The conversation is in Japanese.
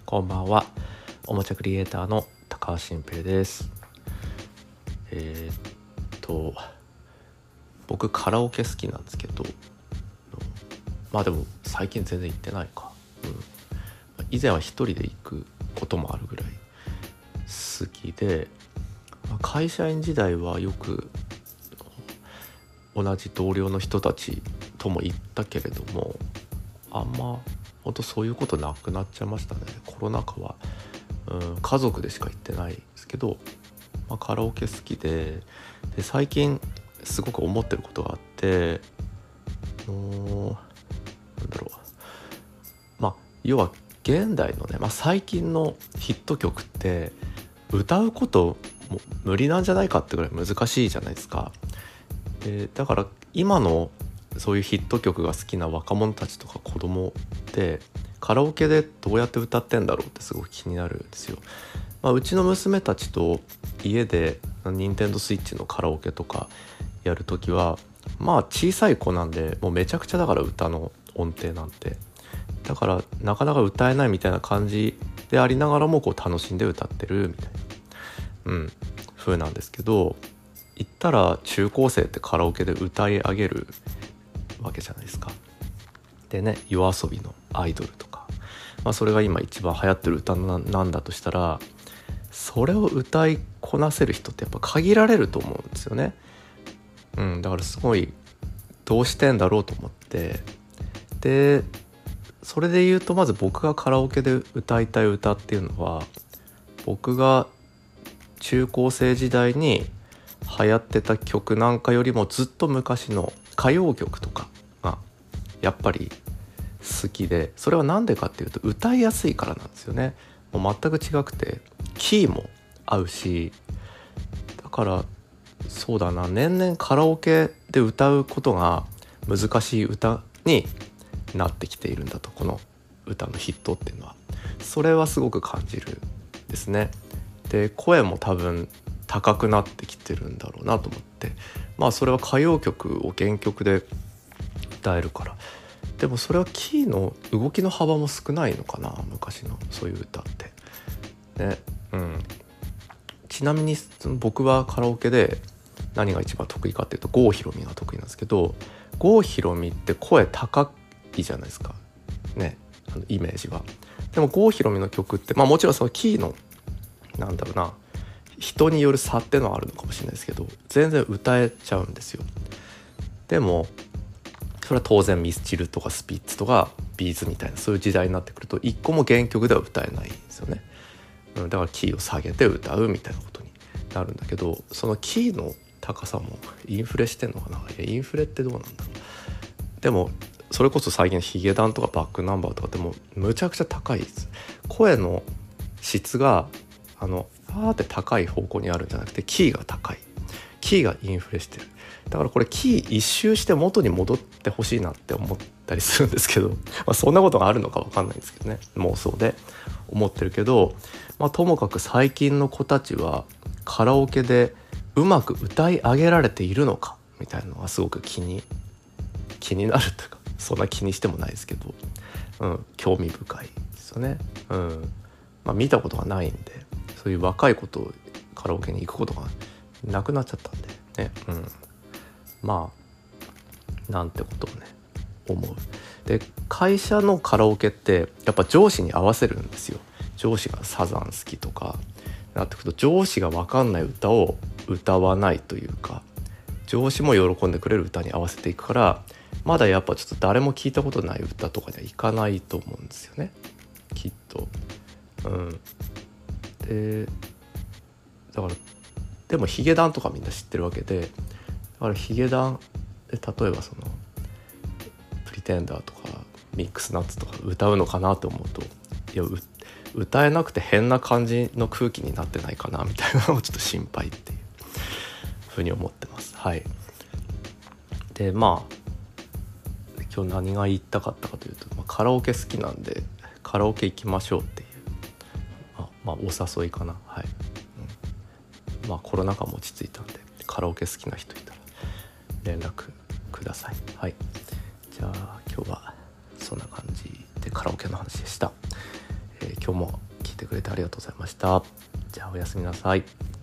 こんばんは。おもちゃクリエイターの高橋新平です。僕カラオケ好きなんですけど、でも最近全然行ってないか。以前は一人で行くこともあるぐらい好きで、会社員時代はよく同じ同僚の人たちとも行ったけれども、あんまほんとそういうことなくなっちゃいましたね。コロナ禍は、家族でしか行ってないですけど、カラオケ好きで最近すごく思ってることがあって、要は現代のね、最近のヒット曲って歌うことも無理なんじゃないかってぐらい難しいじゃないですか。だから今のそういうヒット曲が好きな若者たちとか子供ってカラオケでどうやって歌ってんだろうってすごく気になるんですよ。うちの娘たちと家でニンテンドースイッチのカラオケとかやるときは小さい子なんでもうめちゃくちゃだから歌の音程なんてだからなかなか歌えないみたいな感じでありながらもこう楽しんで歌ってるみたいな風なんですけど、言ったら中高生ってカラオケで歌い上げるわけじゃないですか。でね、夜遊びのアイドルとか、それが今一番流行ってる歌なんだとしたら、それを歌いこなせる人ってやっぱ限られると思うんですよね。だからすごいどうしてんだろうと思って、でそれで言うとまず僕がカラオケで歌いたい歌っていうのは、僕が中高生時代に流行ってた曲なんかよりもずっと昔の歌謡曲とかがやっぱり好きで、それはなんでかっていうと歌いやすいからなんですよね。もう全く違くてキーも合うし、だからそうだな、年々カラオケで歌うことが難しい歌になってきているんだと、この歌のヒットっていうのはそれはすごく感じるですね。で声も多分高くなってきてるんだろうなと思って、それは歌謡曲を原曲で歌えるから。でもそれはキーの動きの幅も少ないのかな、昔のそういう歌ってね。ちなみに僕はカラオケで何が一番得意かっていうと郷ひろみが得意なんですけど、郷ひろみって声高いじゃないですかね、イメージは。でも郷ひろみの曲ってもちろんそのキーの人による差ってのはあるのかもしれないですけど、全然歌えちゃうんですよ。でもそれは当然ミスチルとかスピッツとかビーズみたいなそういう時代になってくると一個も原曲では歌えないんですよね。だからキーを下げて歌うみたいなことになるんだけど、そのキーの高さもインフレしてんのかな。インフレってどうなんだろう。でもそれこそ最近ヒゲダンとかバックナンバーとかでもむちゃくちゃ高いです。声の質がって高い方向にあるんじゃなくてキーが高い、キーがインフレしてる。だからこれキー一周して元に戻ってほしいなって思ったりするんですけど、そんなことがあるのか分かんないんですけどね、妄想で思ってるけど、ともかく最近の子たちはカラオケでうまく歌い上げられているのかみたいなのがすごく気になるというか、そんな気にしてもないですけど、興味深いですよね。見たことがないんで、そういう若い子とカラオケに行くことがなくなっちゃったんでね。なんてことをね思う。で会社のカラオケってやっぱ上司に合わせるんですよ。上司がサザン好きとかなってくると、上司が分かんない歌を歌わないというか、上司も喜んでくれる歌に合わせていくから、まだやっぱちょっと誰も聞いたことない歌とかにはいかないと思うんですよね、きっと。でだからでもヒゲダンとかみんな知ってるわけで、だからヒゲダンで例えばそのプリテンダーとかミックスナッツとか歌うのかなと思うと、歌えなくて変な感じの空気になってないかなみたいなのをちょっと心配っていうふうに思ってます。はい。で今日何が言いたかったかというと、カラオケ好きなんでカラオケ行きましょうっていうお誘いかな。はい。コロナ禍も落ち着いたんでカラオケ好きな人いたら連絡ください。はい。じゃあ今日はそんな感じでカラオケの話でした。 今日も聞いてくれてありがとうございました。じゃあおやすみなさい。